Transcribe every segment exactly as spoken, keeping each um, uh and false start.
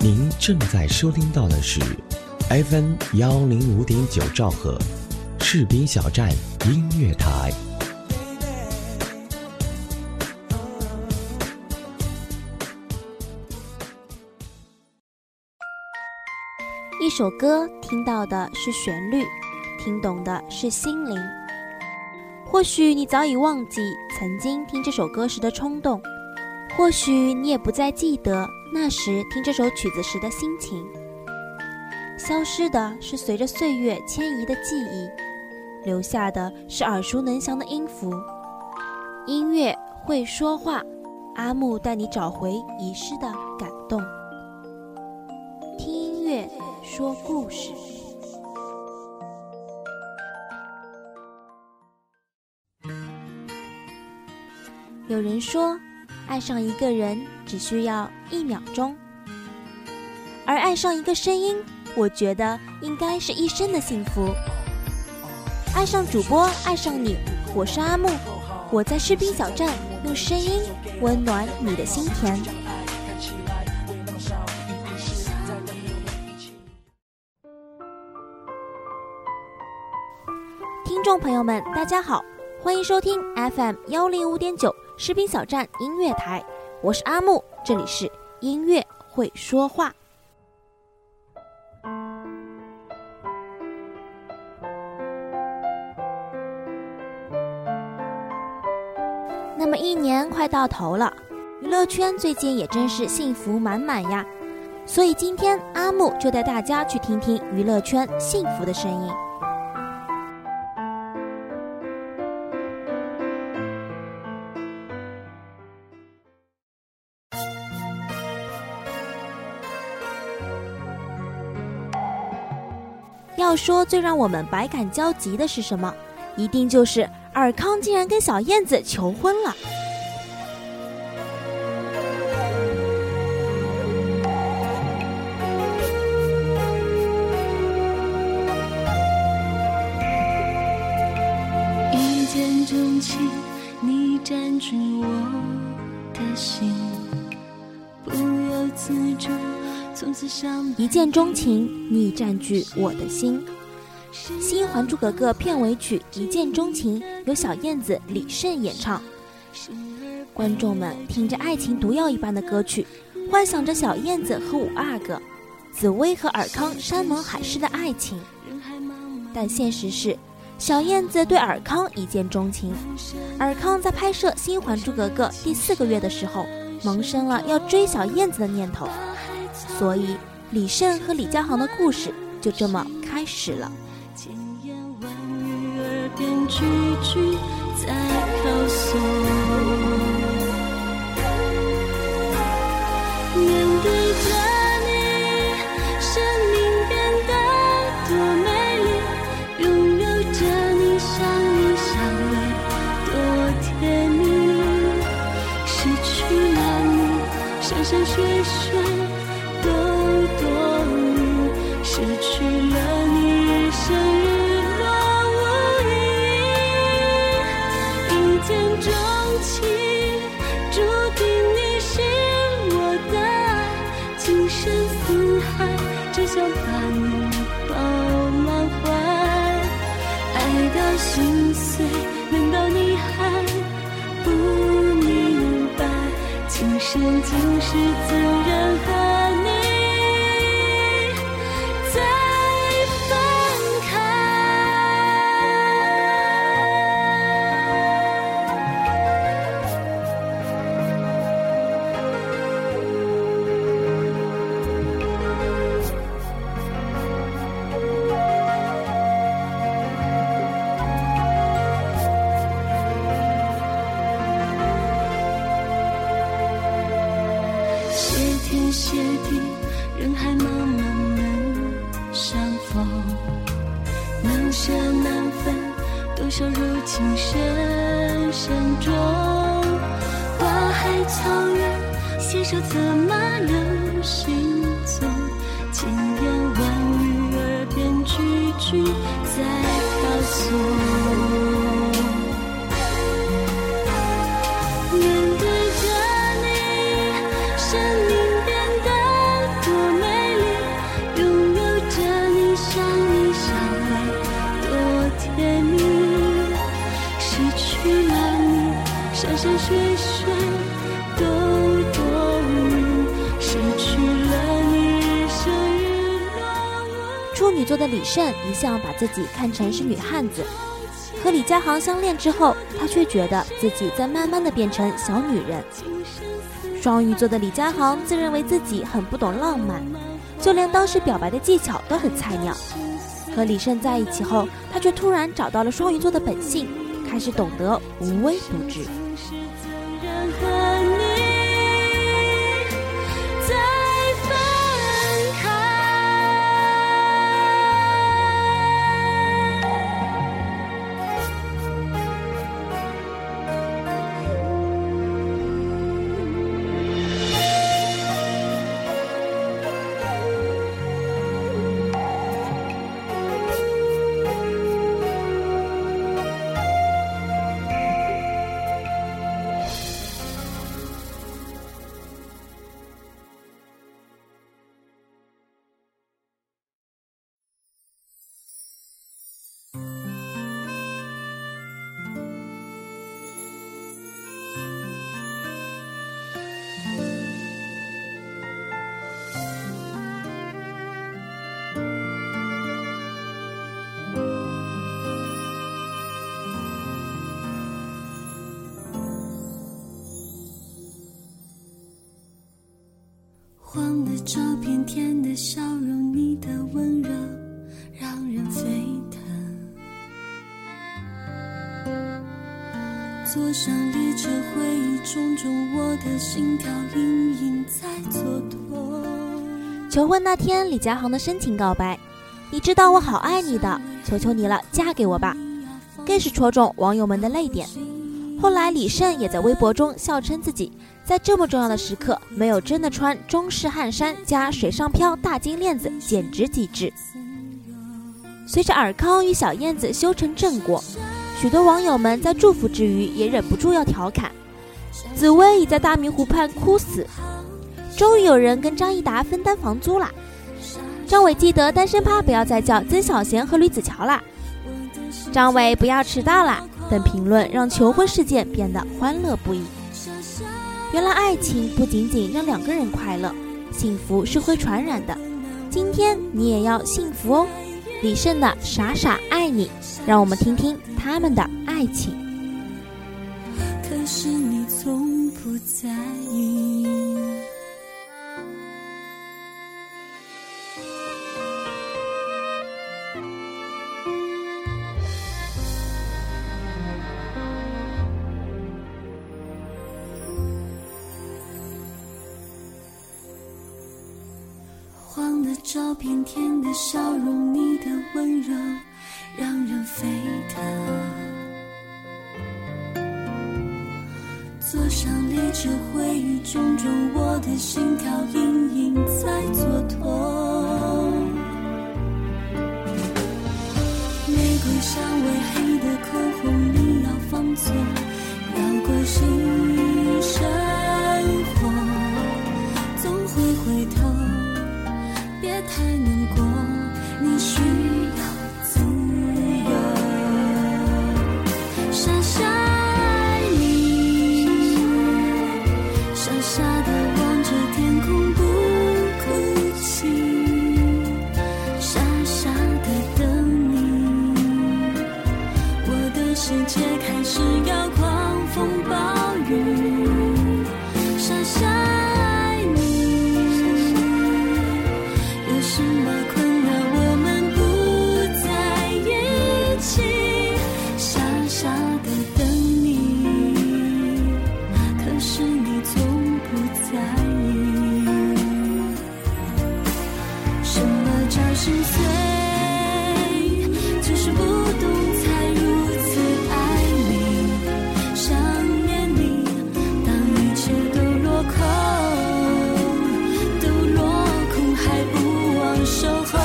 您正在收听到的是 F M 幺零五点九兆赫士兵小站音乐台。 一首歌听到的是旋律，听懂的是心灵。或许你早已忘记曾经听这首歌时的冲动，或许你也不再记得那时听这首曲子时的心情。消失的是随着岁月迁移的记忆，留下的是耳熟能详的音符。音乐会说话，阿木带你找回遗失的感动。听音乐说故事。有人说，爱上一个人只需要一秒钟，而爱上一个声音，我觉得应该是一生的幸福。爱上主播，爱上你，我是阿木，我在士兵小站用声音温暖你的心田。听众朋友们大家好，欢迎收听 F M 幺零五点九士兵小站音乐台，我是阿木，这里是音乐会说话。那么一年快到头了，娱乐圈最近也真是幸福满满呀，所以今天阿木就带大家去听听娱乐圈幸福的声音。要说最让我们百感交集的是什么，一定就是尔康竟然跟小燕子求婚了。 一见钟情，你占据我的心，不由自主，从此相一见钟情，你占据我的心。新《还珠格格》片尾曲《一见钟情》由小燕子、李晟演唱，观众们听着爱情毒药一般的歌曲，幻想着小燕子和五阿哥、紫薇和尔康山盟海誓的爱情。但现实是，小燕子对尔康一见钟情，尔康在拍摄《新还珠格格》第四个月的时候，萌生了要追小燕子的念头，所以李晟和李佳航的故事就这么开始了。 千言万语耳边句句在告诉，面对着你，生命变得多美丽，拥有着你，相依相偎多甜蜜，失去了你，山山水水都多余，失去了你，日升日落无意义。一见钟情，注定你是我的爱，情深似海，只想把你抱满怀。爱到心碎，难道你还不明白？情深竟是自然和你再分开。谢天谢地，人海茫茫能相逢，难舍难分，多少柔情深深种。花海草原，携手策马留行踪，千言万语耳边句句在告诉。面对着你，生命变得多美鱼座的李胜一向把自己看成是女汉子，和李佳航相恋之后，他却觉得自己在慢慢的变成小女人。双鱼座的李佳航自认为自己很不懂浪漫，就连当时表白的技巧都很菜鸟。和李胜在一起后，他却突然找到了双鱼座的本性，开始懂得无微不至。 黄的照片，甜的笑容，你的温柔让人沸腾。坐上列车，回忆种种，我的心跳隐隐在蹉跎。 求婚那天，李佳航的深情告白：“你知道我好爱你的，求求你了，嫁给我吧。”更是戳中网友们的泪点。后来李胜也在微博中笑称自己在这么重要的时刻没有真的穿中式汗衫加水上漂大金链子，简直极致。随着尔康与小燕子修成正果，许多网友们在祝福之余也忍不住要调侃：紫薇已在大明湖畔哭死，终于有人跟张益达分担房租啦。张伟记得单身趴不要再叫曾小贤和吕子乔啦。张伟不要迟到啦等评论让求婚事件变得欢乐不已。原来爱情不仅仅让两个人快乐，幸福是会传染的。今天你也要幸福哦。李胜的傻傻爱你，让我们听听他们的爱情。 可是你从不在意，黄的照片，甜的笑容，你的温柔让人沸腾。坐上列车，回忆种种，我的心跳隐隐在蹉跎。玫瑰香味，黑的口红，你要放纵，要过性生活，总会回头。别太难过，你需要自由。傻傻爱你，傻傻地望着天空不哭泣，傻傻地等你。我的世界开始要狂风暴雨，傻傻什么困扰我们不在一起，傻傻地等你，可是你从不在意。什么叫心碎，就是不懂才如此爱你，想念你，当一切都落空，都落空还不守候。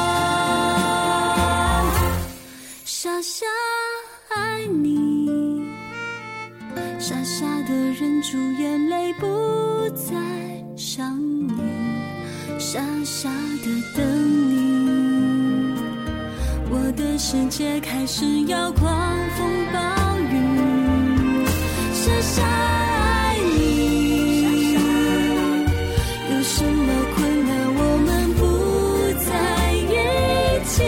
傻傻爱你，傻傻的忍住眼泪不再想你，傻傻的等你。我的世界开始要狂风暴雨，傻傻爱你，有什么困难我们不在一起，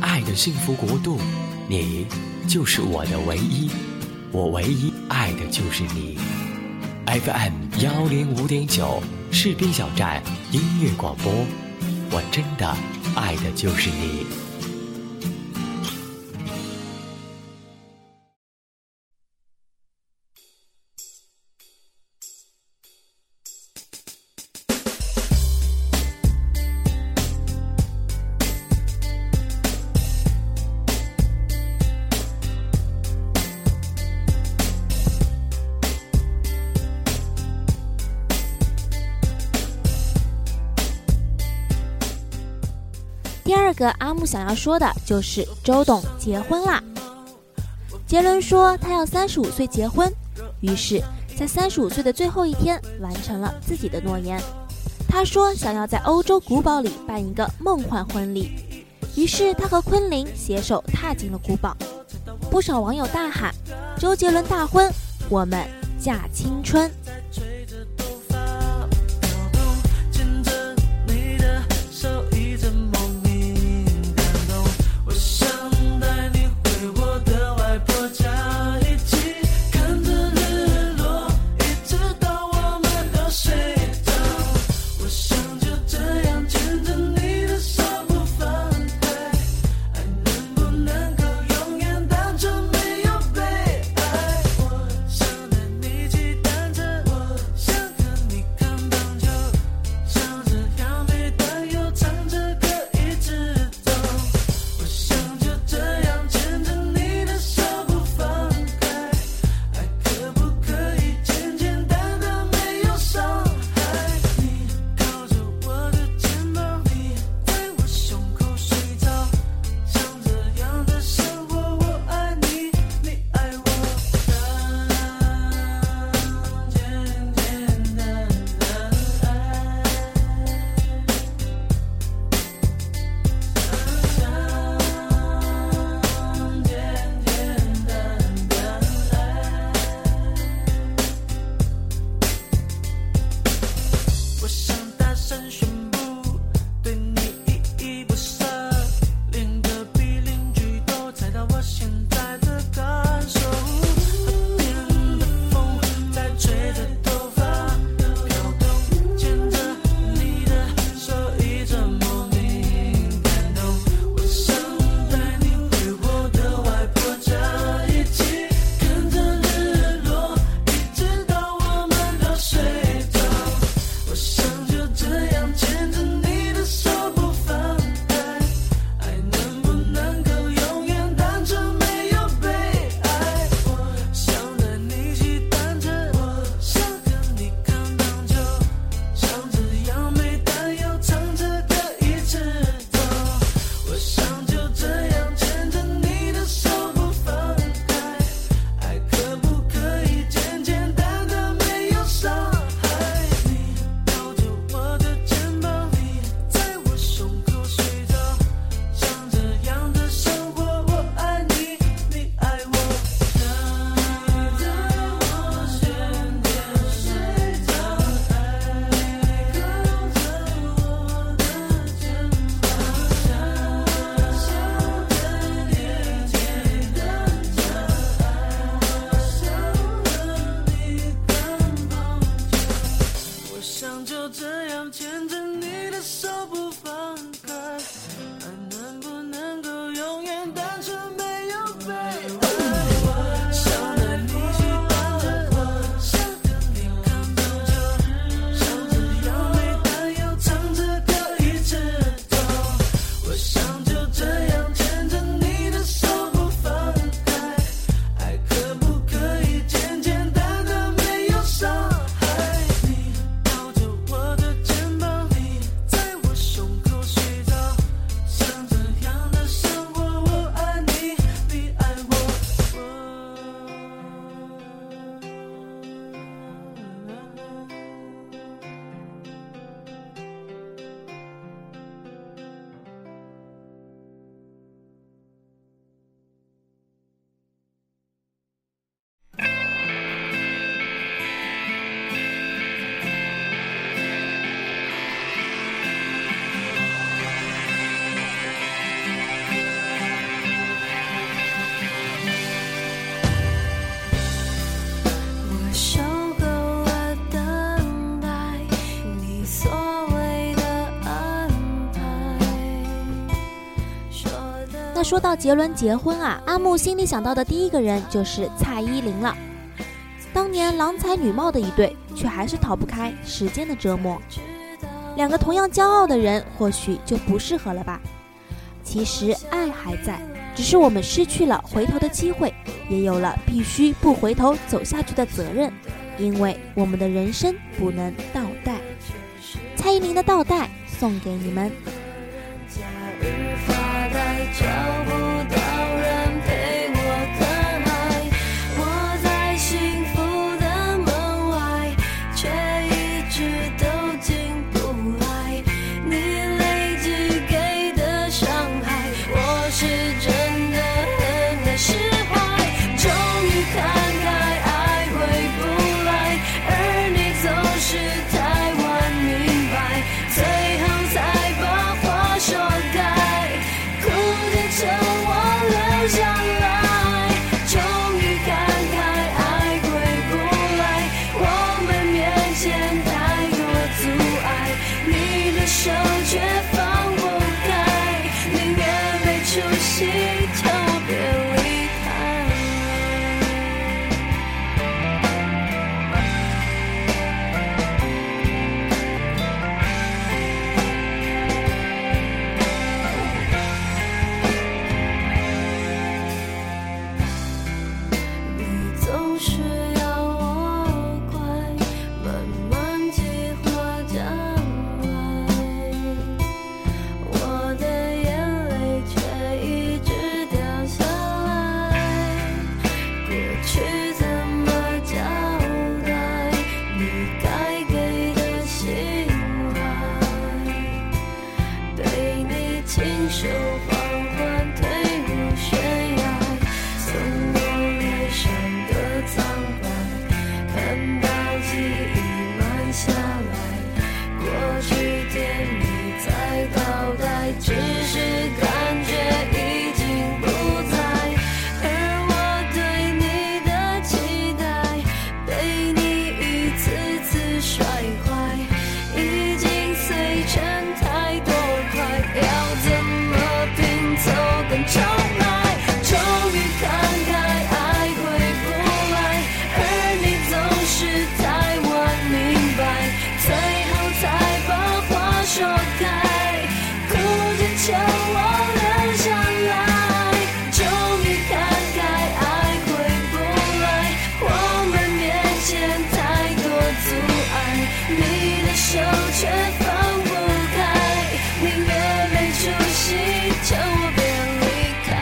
爱的幸福国度，你就是我的唯一，我唯一爱的就是你。 F M 幺零五点九士兵小站音乐广播，我真的爱的就是你。 第二个阿木想要说的就是周董结婚啦。杰伦说他要三十五岁结婚，于是在三十五岁的最后一天完成了自己的诺言。他说想要在欧洲古堡里办一个梦幻婚礼，于是他和昆凌携手踏进了古堡。不少网友大喊：周杰伦大婚，我们嫁青春。 我那说到杰伦结婚啊，阿木心里想到的第一个人就是蔡依林了。当年郎才女貌的一对，却还是逃不开时间的折磨。两个同样骄傲的人，或许就不适合了吧。其实爱还在，只是我们失去了回头的机会，也有了必须不回头走下去的责任，因为我们的人生不能倒带。蔡依林的倒带送给你们。 假日发呆，找不到人陪我谈爱，我在幸福的门外，却一直都进不来。你累积给的伤害，我是真的很难释怀。终于看开，爱回不来，而你总是太晚明白，最后才把话说开，哭着求我留下来。终于看开，爱回不来，我们面前太多阻碍，你的手却放不开，宁愿没出息，叫我别离开。你总是要我快，慢慢计划将来，我的眼泪却一直掉下来。过去怎么交代？你该给的心怀，被你亲手缓缓推入悬崖，从我脸上的苍白，看到记忆慢下来。过去甜蜜在倒带，只是感觉已经不在，而我对你的期待，被你一次次摔坏，已经碎成太多块，要怎么拼凑跟重来？终于看开，爱回不来，而你总是太晚明白，最后才把话说开，哭着求我留下来。终于看开，爱回不来，我们面前太多阻碍，你的手却放不开，宁愿没出息，叫我别离开。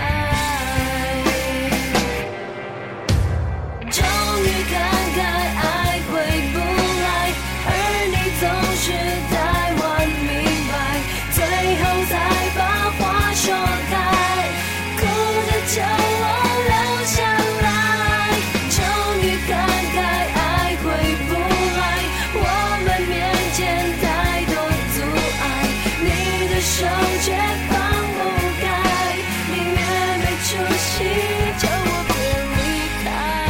终于看开，爱回不来，而你总是太晚明白，最后才把话说开，哭着求我留下来。终于看开，爱回不来，我们面前太多阻碍，你的手却放不开，宁愿没出息，叫我别离开。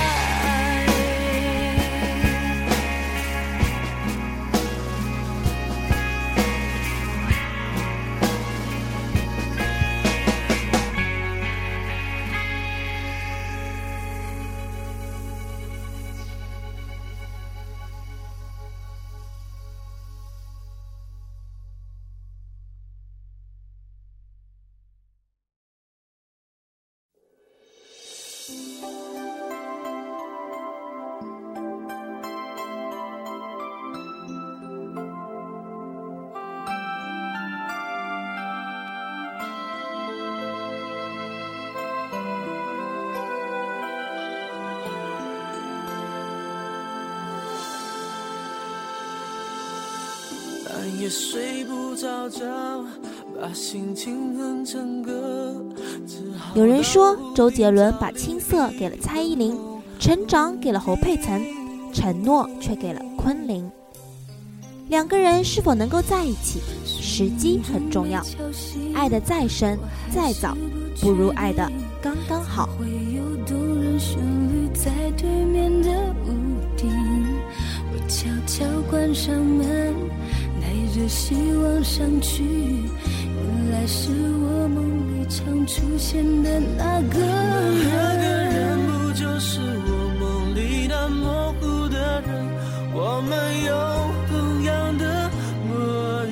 半夜睡不着觉，把心情哼成歌。 有人说周杰伦把青涩给了蔡依林，成长给了侯佩岑，承诺却给了昆凌。两个人是否能够在一起，时机很重要。爱得再深再早，不如爱得刚刚好。 会有动人旋律在对面的屋顶，我悄悄关上门，带着希望上去，原来是我梦里常出现的那个人， 那个人不就是我梦里那模糊的人？我们有同样的魔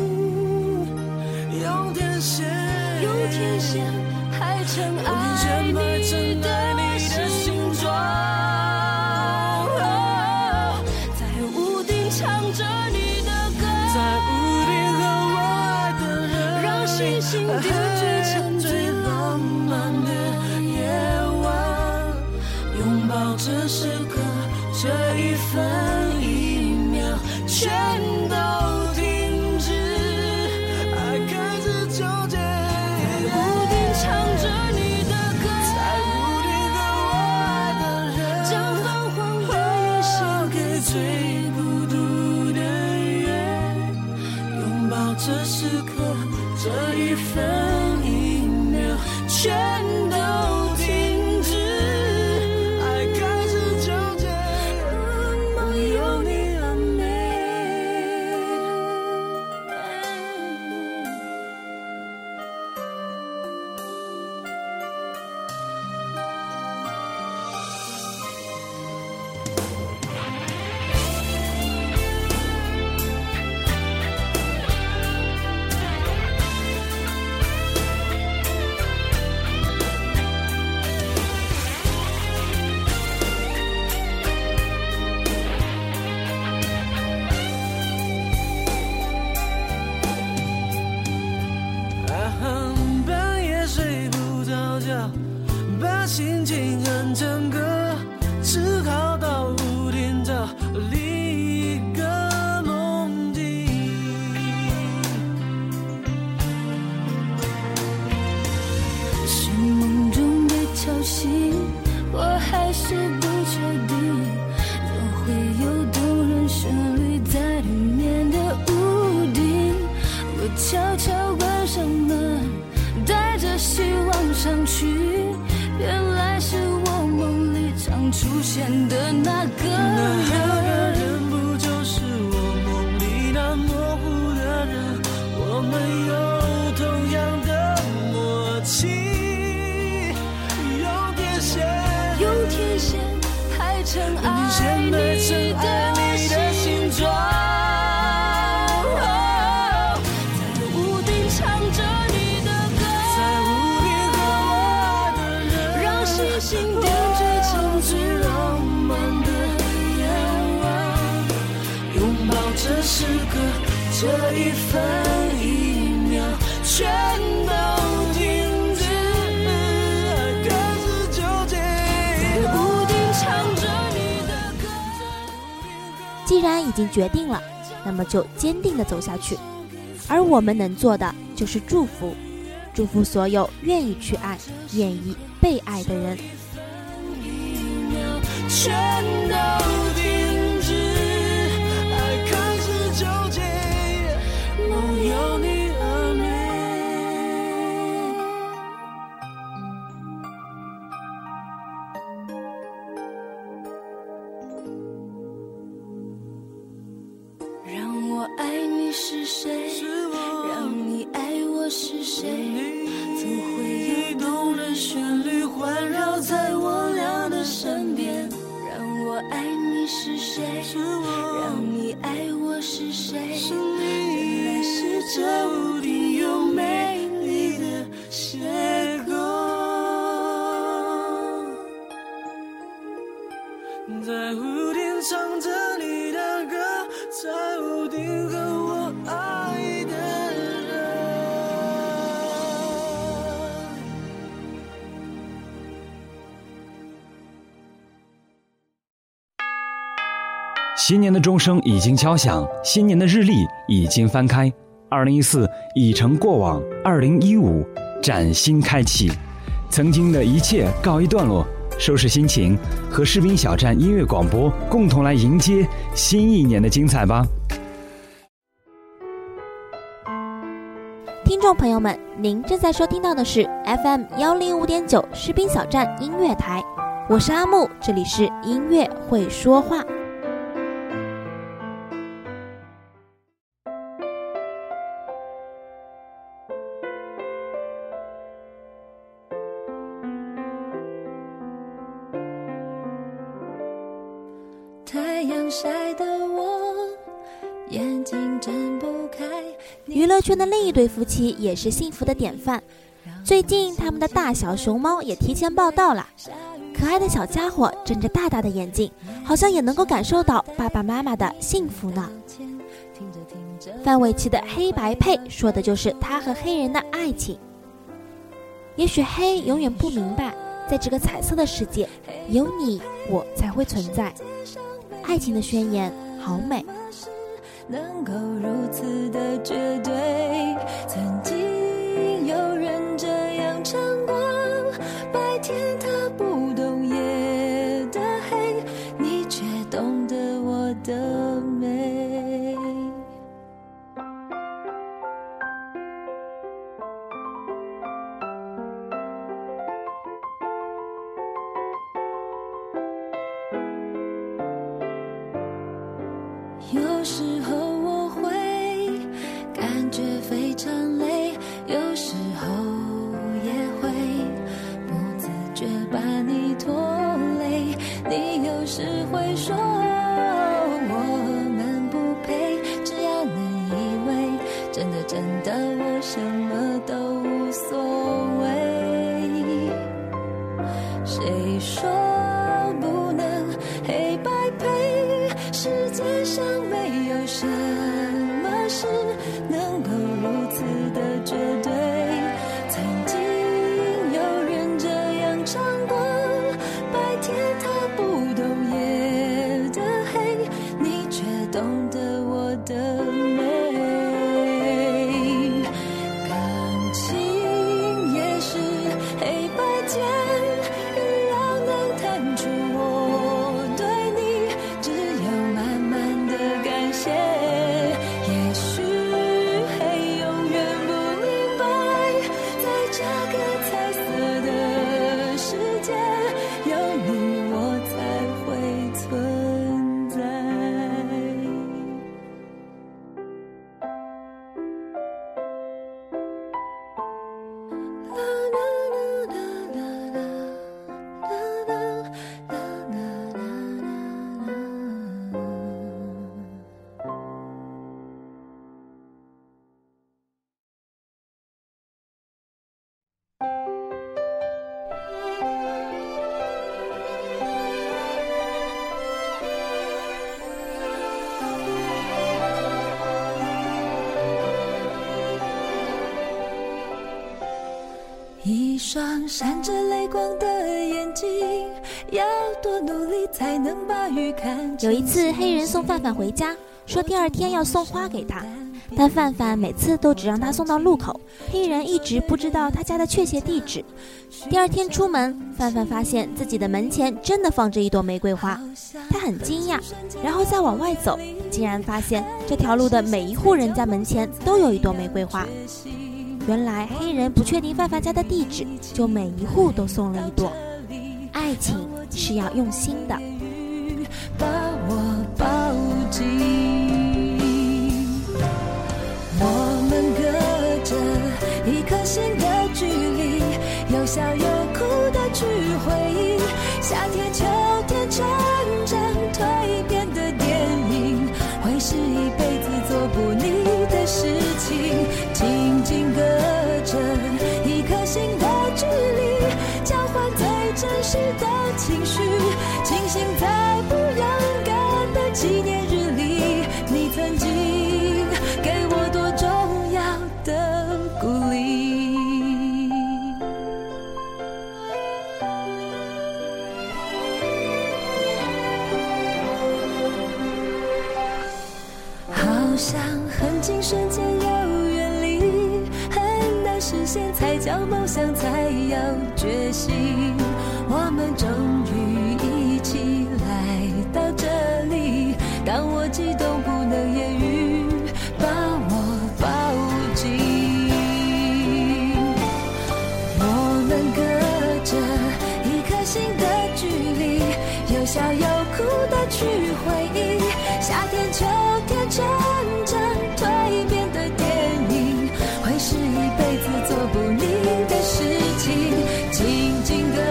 力，用天线， 用天线排成爱你的形状，在屋顶唱着你的歌， 在屋顶和我爱的人， 让星星点缀成最浪漫的夜晚，拥抱这时刻，这一分一秒全都停止， 爱开始纠结， 在屋顶唱着你的歌， 在屋顶和我爱的人， 将泛黄的夜献给最孤独的月，拥抱这时刻，这一分一秒全都停止， 爱开始纠结， 梦有你而美。 啊，半夜睡不着觉，把心情哼成歌，只好到屋顶找另一个梦境。 是梦中被敲醒，我还是不确定，怎会有动人旋律在里面的屋顶？我悄悄关上门，带着希望上去，原来是我梦里常出现的那个那个人。 人不就是我梦里那模糊的人？我们有同样的默契，用天线， 用天线排成爱你的形状，在屋顶唱着你的歌， 在屋顶和我爱的人， 让星星点缀成最浪漫的夜晚，拥抱这时刻，这一分一秒全都停止， 开始纠结， 在屋顶唱着你的歌。 既然已经决定了，那么就坚定地走下去。而我们能做的就是祝福，祝福所有愿意去爱、愿意被爱的人。 一秒全都停止， 爱开始纠结， 梦有你而美。让我爱你是谁？ 是我让你爱我是谁？怎你会有动人旋律环绕在我俩的身边？让我爱你是谁？ 是我让你爱我是谁？ 是原来你， 是这屋顶有美丽的邂逅。 在屋顶唱着你的歌，在屋顶和我爱的人。 新年的钟声已经敲响，新年的日历已经翻开，二零一四已成过往，二零一五崭新开启，曾经的一切告一段落，收拾心情，和士兵小站音乐广播共同来迎接新一年的精彩吧。 听众朋友们，您正在收听到的是 F M 幺零五点九士兵小站音乐台，我是阿木，这里是音乐会说话。 阳晒得我眼睛睁不开。 娱乐圈的另一对夫妻也是幸福的典范。最近他们的大小熊猫也提前报道了，可爱的小家伙睁着大大的眼睛，好像也能够感受到爸爸妈妈的幸福呢。范玮琪的黑白配说的就是他和黑人的爱情。也许黑永远不明白，在这个彩色的世界，有你我才会存在。爱情的宣言好美， 能够如此的绝对，曾经有人这样唱过，白天他不懂夜的黑，你却懂得我的美。有时候我会感觉非常累，有时候也会不自觉把你拖累。你有时会说我们不配，只要能以为真的真的我什么都无所谓。谁说不能黑白配？世界上没有什么事能够如此的绝对，曾经有人这样唱过，白天他不懂夜的黑，你却懂得我的美。感情也是黑白间，欲望能弹出我对你只有慢慢的感谢。也许黑永远不明白，在这个彩色的世界，有你我才会存在。一双闪着泪光的眼睛，要多努力才能把雨看清。 有一次黑人送范范回家，说第二天要送花给他，但范范每次都只让他送到路口，黑人一直不知道他家的确切地址。第二天出门，范范发现自己的门前真的放着一朵玫瑰花，他很惊讶，然后再往外走，竟然发现这条路的每一户人家门前都有一朵玫瑰花。原来黑人不确定范范家的地址，就每一户都送了一朵。爱情是要用心的， 把我抱紧，我们隔着一颗心的距离，有笑有哭的去回忆，夏天秋天成长蜕变的电影，会是一辈子做不腻的事情。紧紧隔着一颗心的距离，交换最真实的情绪，庆幸在不勇敢的纪念日里，你曾经给我多重要的鼓励。好像很近瞬间又远离，很难实现才叫梦想，才要觉醒。我们终于一起来到这里，当我激动不能言语，把我抱紧。我们隔着一颗心的距离，有笑有哭的去回忆，夏天秋天成长蜕变的电影，会是一辈子做不腻的事情。紧紧的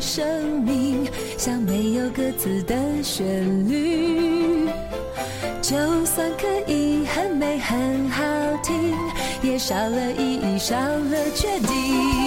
生命，像没有歌词的旋律。就算可以很美很好听，也少了意义，少了确定。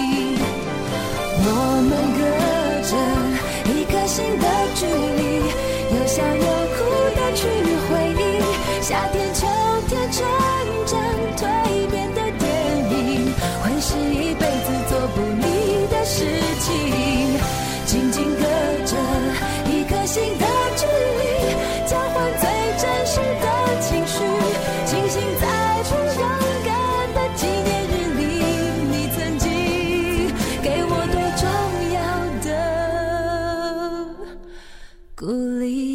我们隔着一颗心的距离，有笑有哭的去回忆，夏天秋天成长蜕变的电影，会是一辈子做不腻的事情。紧紧隔着一颗心的距离，交换最真实的情绪，庆幸在最勇敢的纪念日里，你曾经给我多重要的鼓励。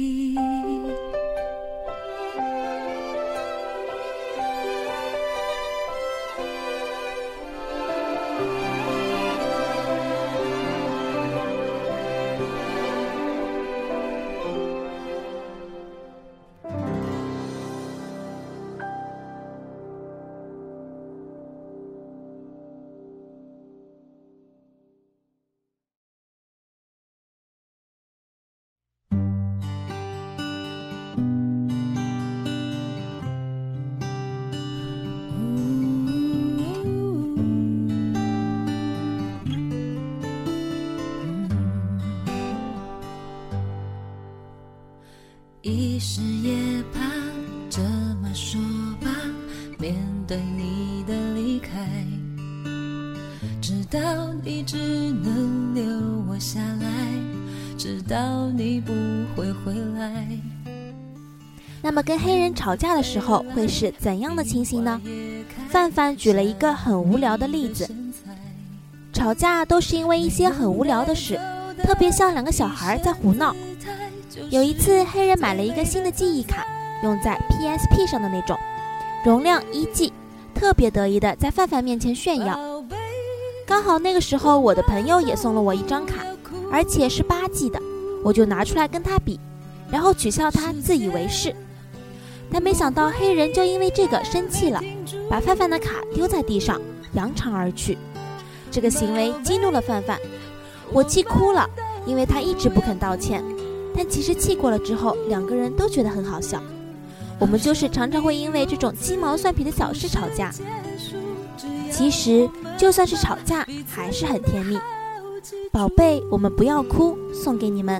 一时也怕这么说吧，面对你的离开，知道你只能留我下来，知道你不会回来。 那么跟黑人吵架的时候会是怎样的情形呢？范范举了一个很无聊的例子，吵架都是因为一些很无聊的事，特别像两个小孩在胡闹。有一次黑人买了一个新的记忆卡，用在 P S P 上的那种，容量一 G， 特别得意的在范范面前炫耀。刚好那个时候我的朋友也送了我一张卡，而且是八 G 的，我就拿出来跟他比，然后取笑他自以为是。但没想到黑人就因为这个生气了，把范范的卡丢在地上，扬长而去。这个行为激怒了范范，我气哭了，因为他一直不肯道歉。但其实气过了之后，两个人都觉得很好笑。我们就是常常会因为这种鸡毛蒜皮的小事吵架，其实就算是吵架还是很甜蜜。宝贝，我们不要哭，送给你们。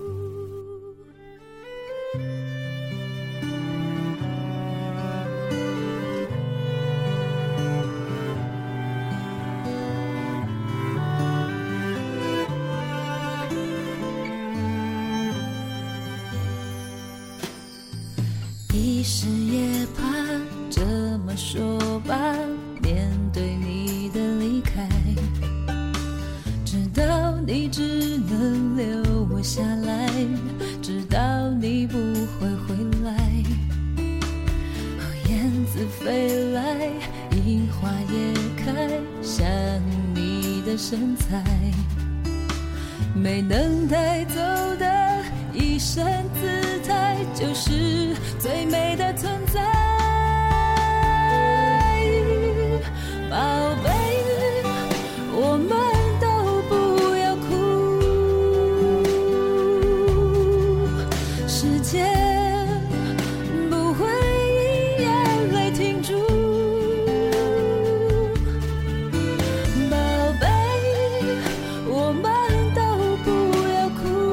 一时也怕这么说吧，面对你的离开，知道你只能留我下来，知道你不会回来。哦，燕子飞来，樱花也开，像你的身材，没能带走的一身姿态，就是最美的存在。宝贝，我们都不要哭，世界不会因眼泪停住。宝贝，我们都不要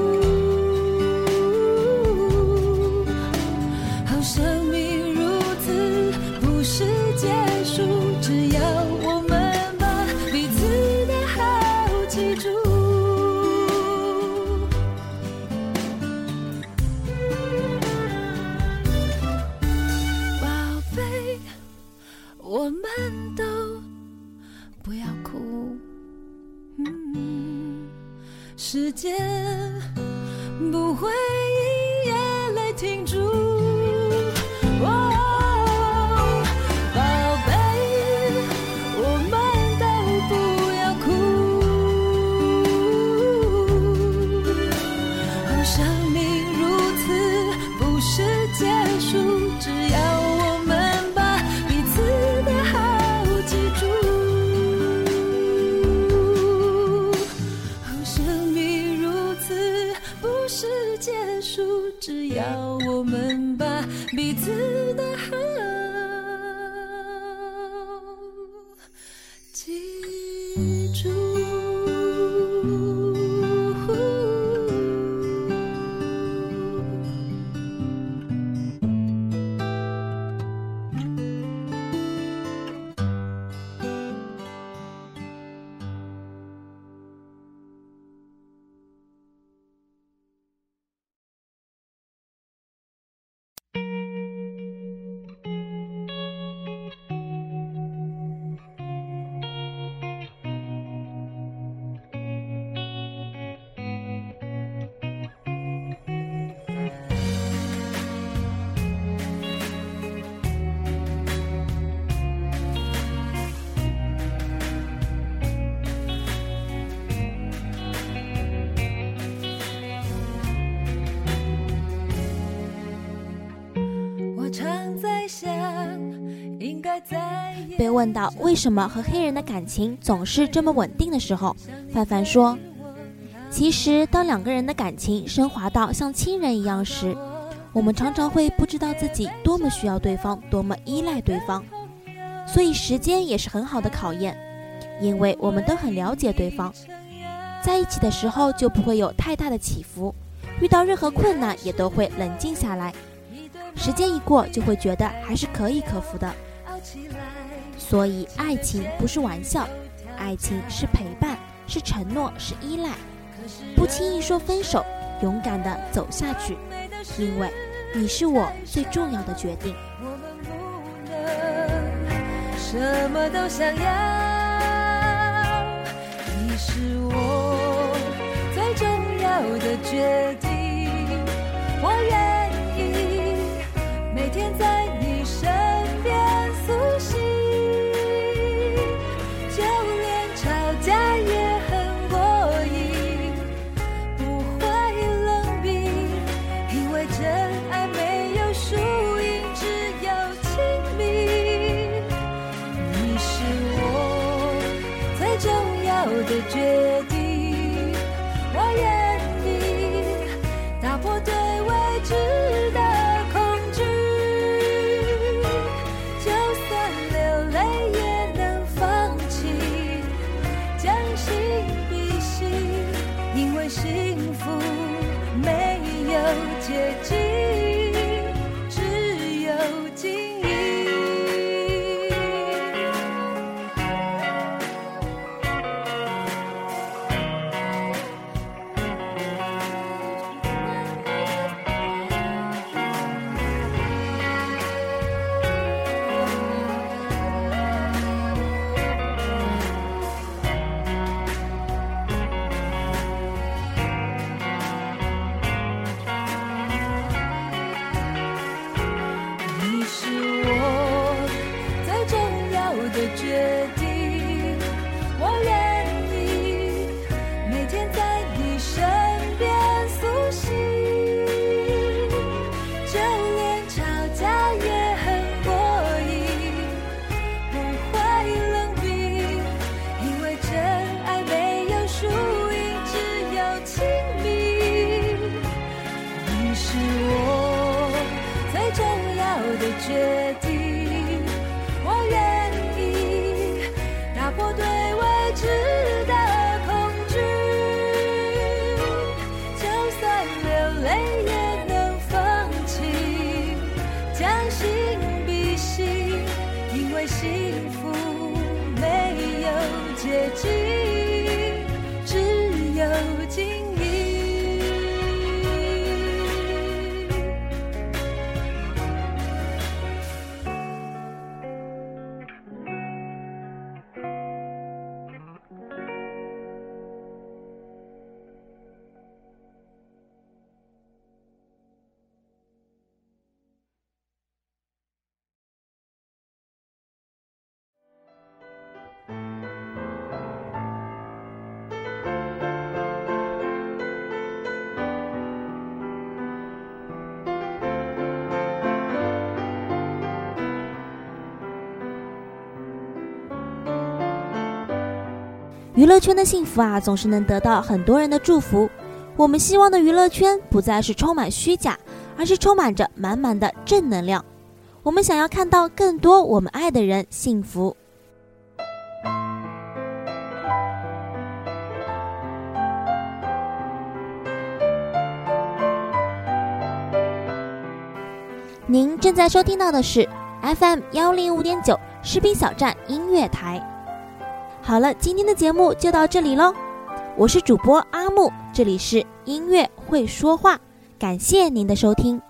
哭，好，生命如此不是结束，只要我们把彼此的好记住。宝贝，我们都不要哭，嗯，世界不会因眼泪停住。生命如住。 被问到为什么和黑人的感情总是这么稳定的时候，范范说，其实当两个人的感情升华到像亲人一样时，我们常常会不知道自己多么需要对方，多么依赖对方。所以时间也是很好的考验，因为我们都很了解对方，在一起的时候就不会有太大的起伏，遇到任何困难也都会冷静下来，时间一过就会觉得还是可以克服的。所以爱情不是玩笑，爱情是陪伴，是承诺，是依赖。不轻易说分手，勇敢地走下去，因为你是我最重要的决定。 我们不能什么都想要，你是我最重要的决定。我愿意每天在你身边苏醒，就连吵架也很过瘾，不会冷冰，因为真爱没有输赢，只有亲密。你是我最重要的决定，我愿意打破对未知的恐惧，就算流泪也能放弃，将心比心，因为幸福没有捷径，只有经营。你是我最重要的决定，我愿意每天在你身边苏醒，就连吵架也很过瘾，不会冷冰，因为真爱没有输赢，只有亲密。你是我最重要的决定，我愿意打破对未知的恐惧，就算流泪也能放弃，将心比心，因为幸福没有捷径，只有经营。 娱乐圈的幸福啊，总是能得到很多人的祝福。我们希望的娱乐圈不再是充满虚假，而是充满着满满的正能量。我们想要看到更多我们爱的人幸福。 正在收听到的是 F M 一零五点九士兵小站音乐台。好了，今天的节目就到这里咯，我是主播阿木，这里是音乐会说话，感谢您的收听。